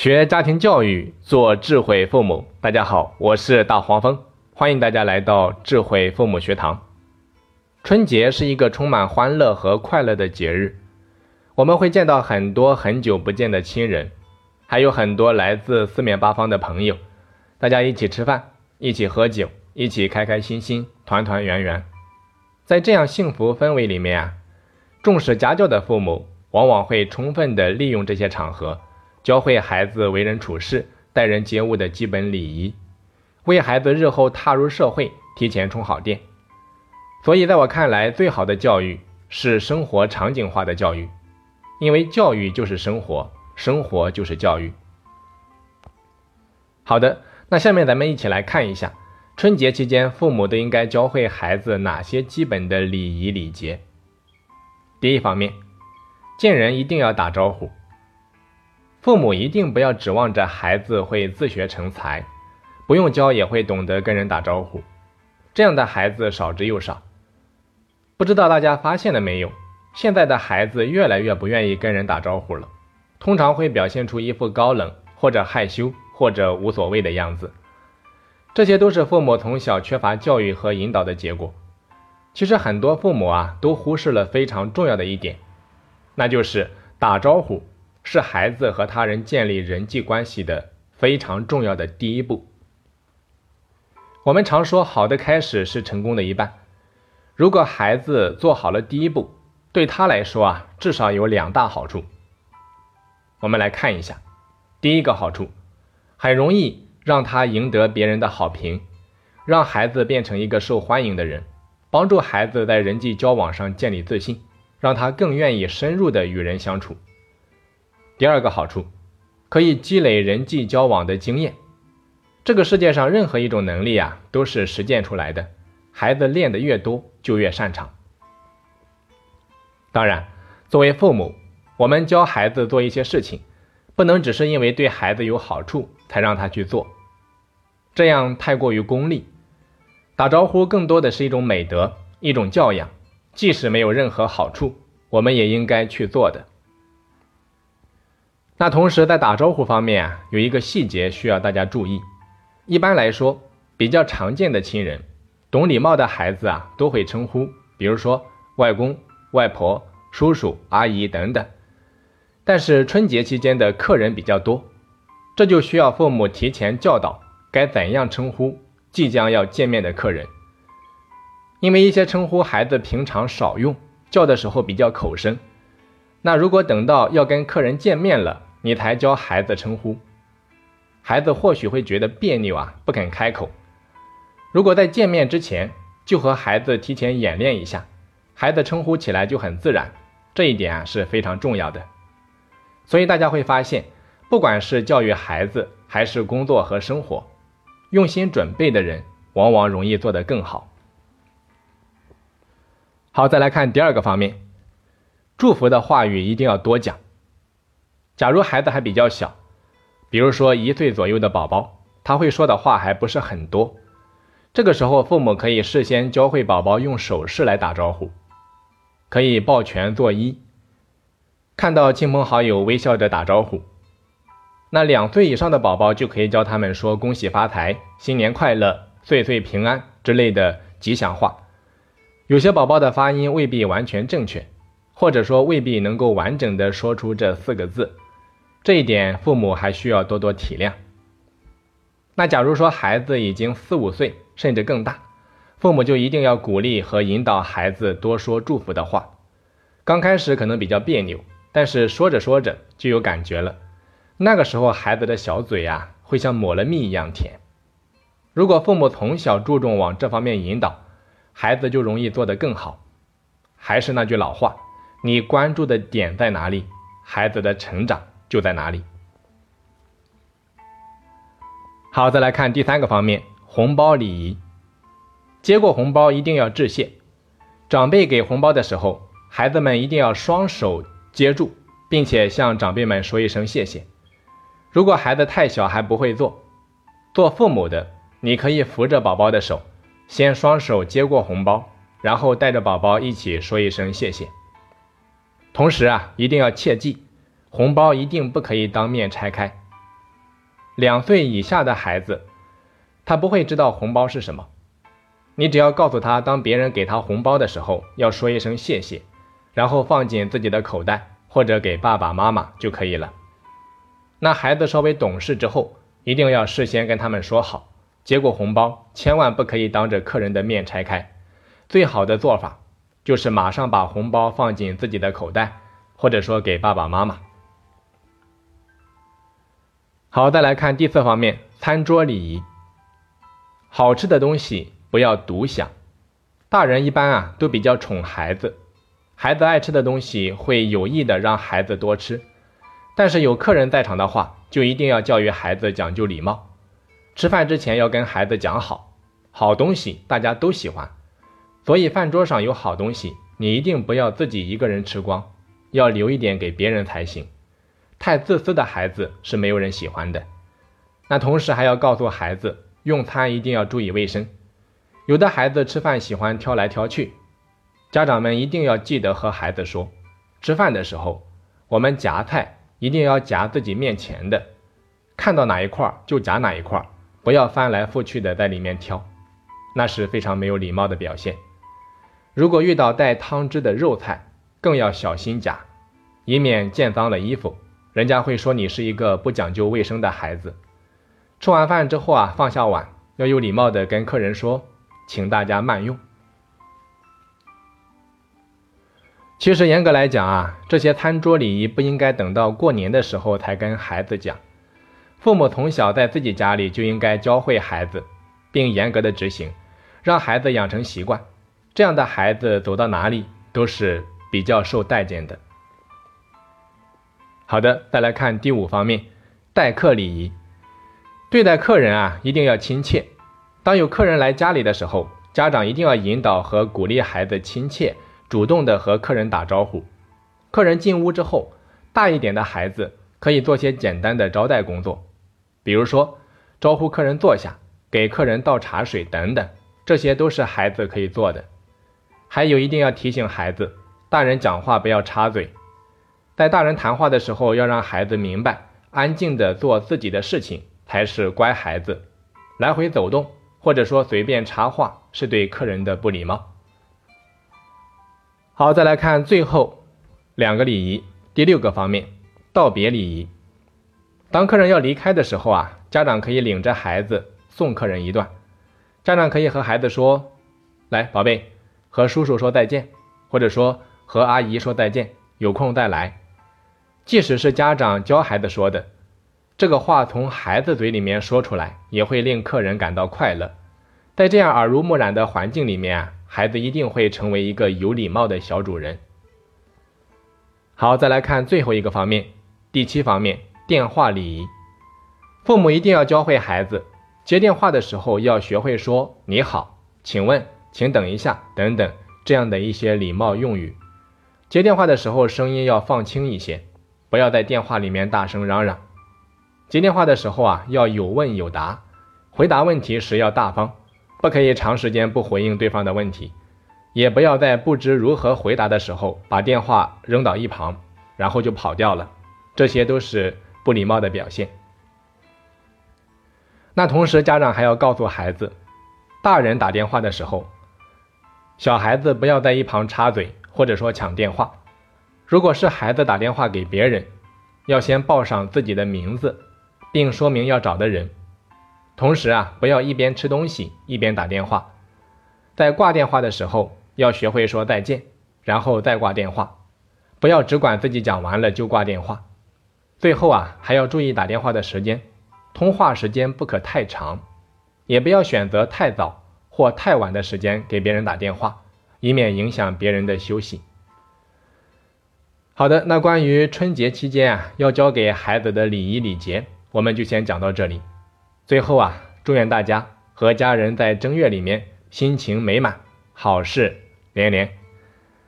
学家庭教育，做智慧父母。大家好，我是大黄蜂，欢迎大家来到智慧父母学堂。春节是一个充满欢乐和快乐的节日，我们会见到很多很久不见的亲人，还有很多来自四面八方的朋友，大家一起吃饭，一起喝酒，一起开开心心，团团圆圆。在这样幸福氛围里面重视家教的父母往往会充分地利用这些场合，教会孩子为人处事、待人接物的基本礼仪，为孩子日后踏入社会提前充好电。所以在我看来，最好的教育是生活场景化的教育，因为教育就是生活，生活就是教育。好的，那下面咱们一起来看一下，春节期间父母都应该教会孩子哪些基本的礼仪礼节。第一方面，见人一定要打招呼。父母一定不要指望着孩子会自学成才，不用教也会懂得跟人打招呼，这样的孩子少之又少。不知道大家发现了没有，现在的孩子越来越不愿意跟人打招呼了，通常会表现出一副高冷或者害羞或者无所谓的样子。这些都是父母从小缺乏教育和引导的结果。其实很多父母都忽视了非常重要的一点，那就是打招呼是孩子和他人建立人际关系的非常重要的第一步。我们常说好的开始是成功的一半，如果孩子做好了第一步，对他来说至少有2大好处。我们来看一下。第一个好处，很容易让他赢得别人的好评，让孩子变成一个受欢迎的人，帮助孩子在人际交往上建立自信，让他更愿意深入地与人相处。第二个好处，可以积累人际交往的经验。这个世界上任何一种能力都是实践出来的，孩子练得越多就越擅长。当然，作为父母，我们教孩子做一些事情，不能只是因为对孩子有好处才让他去做，这样太过于功利。打招呼更多的是一种美德，一种教养，即使没有任何好处，我们也应该去做的。那同时在打招呼方面有一个细节需要大家注意。一般来说，比较常见的亲人，懂礼貌的孩子都会称呼，比如说外公、外婆、叔叔、阿姨等等。但是春节期间的客人比较多，这就需要父母提前教导该怎样称呼即将要见面的客人。因为一些称呼孩子平常少用，叫的时候比较口生，那如果等到要跟客人见面了，你才教孩子称呼，孩子或许会觉得别扭不肯开口。如果在见面之前就和孩子提前演练一下，孩子称呼起来就很自然，这一点是非常重要的。所以大家会发现，不管是教育孩子还是工作和生活，用心准备的人往往容易做得更好。好，再来看第二个方面，祝福的话语一定要多讲。假如孩子还比较小，比如说1岁左右的宝宝，他会说的话还不是很多，这个时候父母可以事先教会宝宝用手势来打招呼，可以抱拳作揖，看到亲朋好友微笑着打招呼。那2岁以上的宝宝就可以教他们说恭喜发财、新年快乐、岁岁平安之类的吉祥话。有些宝宝的发音未必完全正确，或者说未必能够完整的说出这4个字，这一点父母还需要多多体谅。那假如说孩子已经4、5岁甚至更大，父母就一定要鼓励和引导孩子多说祝福的话。刚开始可能比较别扭，但是说着说着就有感觉了，那个时候孩子的小嘴会像抹了蜜一样甜。如果父母从小注重往这方面引导，孩子就容易做得更好。还是那句老话，你关注的点在哪里，孩子的成长就在哪里。好，再来看第3个方面，红包礼仪。接过红包一定要致谢，长辈给红包的时候，孩子们一定要双手接住，并且向长辈们说一声谢谢。如果孩子太小还不会做父母的，你可以扶着宝宝的手，先双手接过红包，然后带着宝宝一起说一声谢谢。同时一定要切记，红包一定不可以当面拆开， 2岁以下的孩子，他不会知道红包是什么。你只要告诉他，当别人给他红包的时候，要说一声谢谢，然后放进自己的口袋，或者给爸爸妈妈就可以了。那孩子稍微懂事之后，一定要事先跟他们说好，接过红包千万不可以当着客人的面拆开。最好的做法就是马上把红包放进自己的口袋，或者说给爸爸妈妈。好，再来看第4方面，餐桌礼仪。好吃的东西不要独享。大人一般都比较宠孩子，孩子爱吃的东西会有意的让孩子多吃，但是有客人在场的话，就一定要教育孩子讲究礼貌。吃饭之前要跟孩子讲好，好东西大家都喜欢，所以饭桌上有好东西，你一定不要自己一个人吃光，要留一点给别人才行。太自私的孩子是没有人喜欢的。那同时还要告诉孩子，用餐一定要注意卫生。有的孩子吃饭喜欢挑来挑去，家长们一定要记得和孩子说，吃饭的时候我们夹菜一定要夹自己面前的，看到哪一块就夹哪一块，不要翻来覆去的在里面挑，那是非常没有礼貌的表现。如果遇到带汤汁的肉菜，更要小心夹，以免溅脏了衣服，人家会说你是一个不讲究卫生的孩子。吃完饭之后放下碗，要有礼貌的跟客人说，请大家慢用。其实严格来讲这些餐桌礼仪不应该等到过年的时候才跟孩子讲，父母从小在自己家里就应该教会孩子，并严格的执行，让孩子养成习惯，这样的孩子走到哪里都是比较受待见的。好的，再来看第5方面，待客礼仪。对待客人一定要亲切。当有客人来家里的时候，家长一定要引导和鼓励孩子亲切，主动的和客人打招呼。客人进屋之后，大一点的孩子可以做些简单的招待工作，比如说招呼客人坐下，给客人倒茶水等等，这些都是孩子可以做的。还有一定要提醒孩子，大人讲话不要插嘴，在大人谈话的时候要让孩子明白，安静的做自己的事情才是乖孩子，来回走动或者说随便插话是对客人的不礼貌。好，再来看最后2个礼仪。第6个方面，道别礼仪。当客人要离开的时候家长可以领着孩子送客人一段。家长可以和孩子说，来宝贝，和叔叔说再见，或者说和阿姨说再见，有空再来。即使是家长教孩子说的，这个话从孩子嘴里面说出来，也会令客人感到快乐。在这样耳濡目染的环境里面孩子一定会成为一个有礼貌的小主人。好，再来看最后一个方面，第7方面，电话礼仪。父母一定要教会孩子，接电话的时候要学会说你好、请问、请等一下等等这样的一些礼貌用语。接电话的时候声音要放轻一些，不要在电话里面大声嚷嚷。接电话的时候要有问有答，回答问题时要大方，不可以长时间不回应对方的问题，也不要在不知如何回答的时候把电话扔到一旁，然后就跑掉了，这些都是不礼貌的表现。那同时家长还要告诉孩子，大人打电话的时候，小孩子不要在一旁插嘴或者说抢电话。如果是孩子打电话给别人，要先报上自己的名字，并说明要找的人。同时不要一边吃东西一边打电话。在挂电话的时候要学会说再见，然后再挂电话，不要只管自己讲完了就挂电话。最后还要注意打电话的时间，通话时间不可太长，也不要选择太早或太晚的时间给别人打电话，以免影响别人的休息。好的，那关于春节期间要教给孩子的礼仪礼节，我们就先讲到这里。最后祝愿大家和家人在正月里面心情美满，好事连连。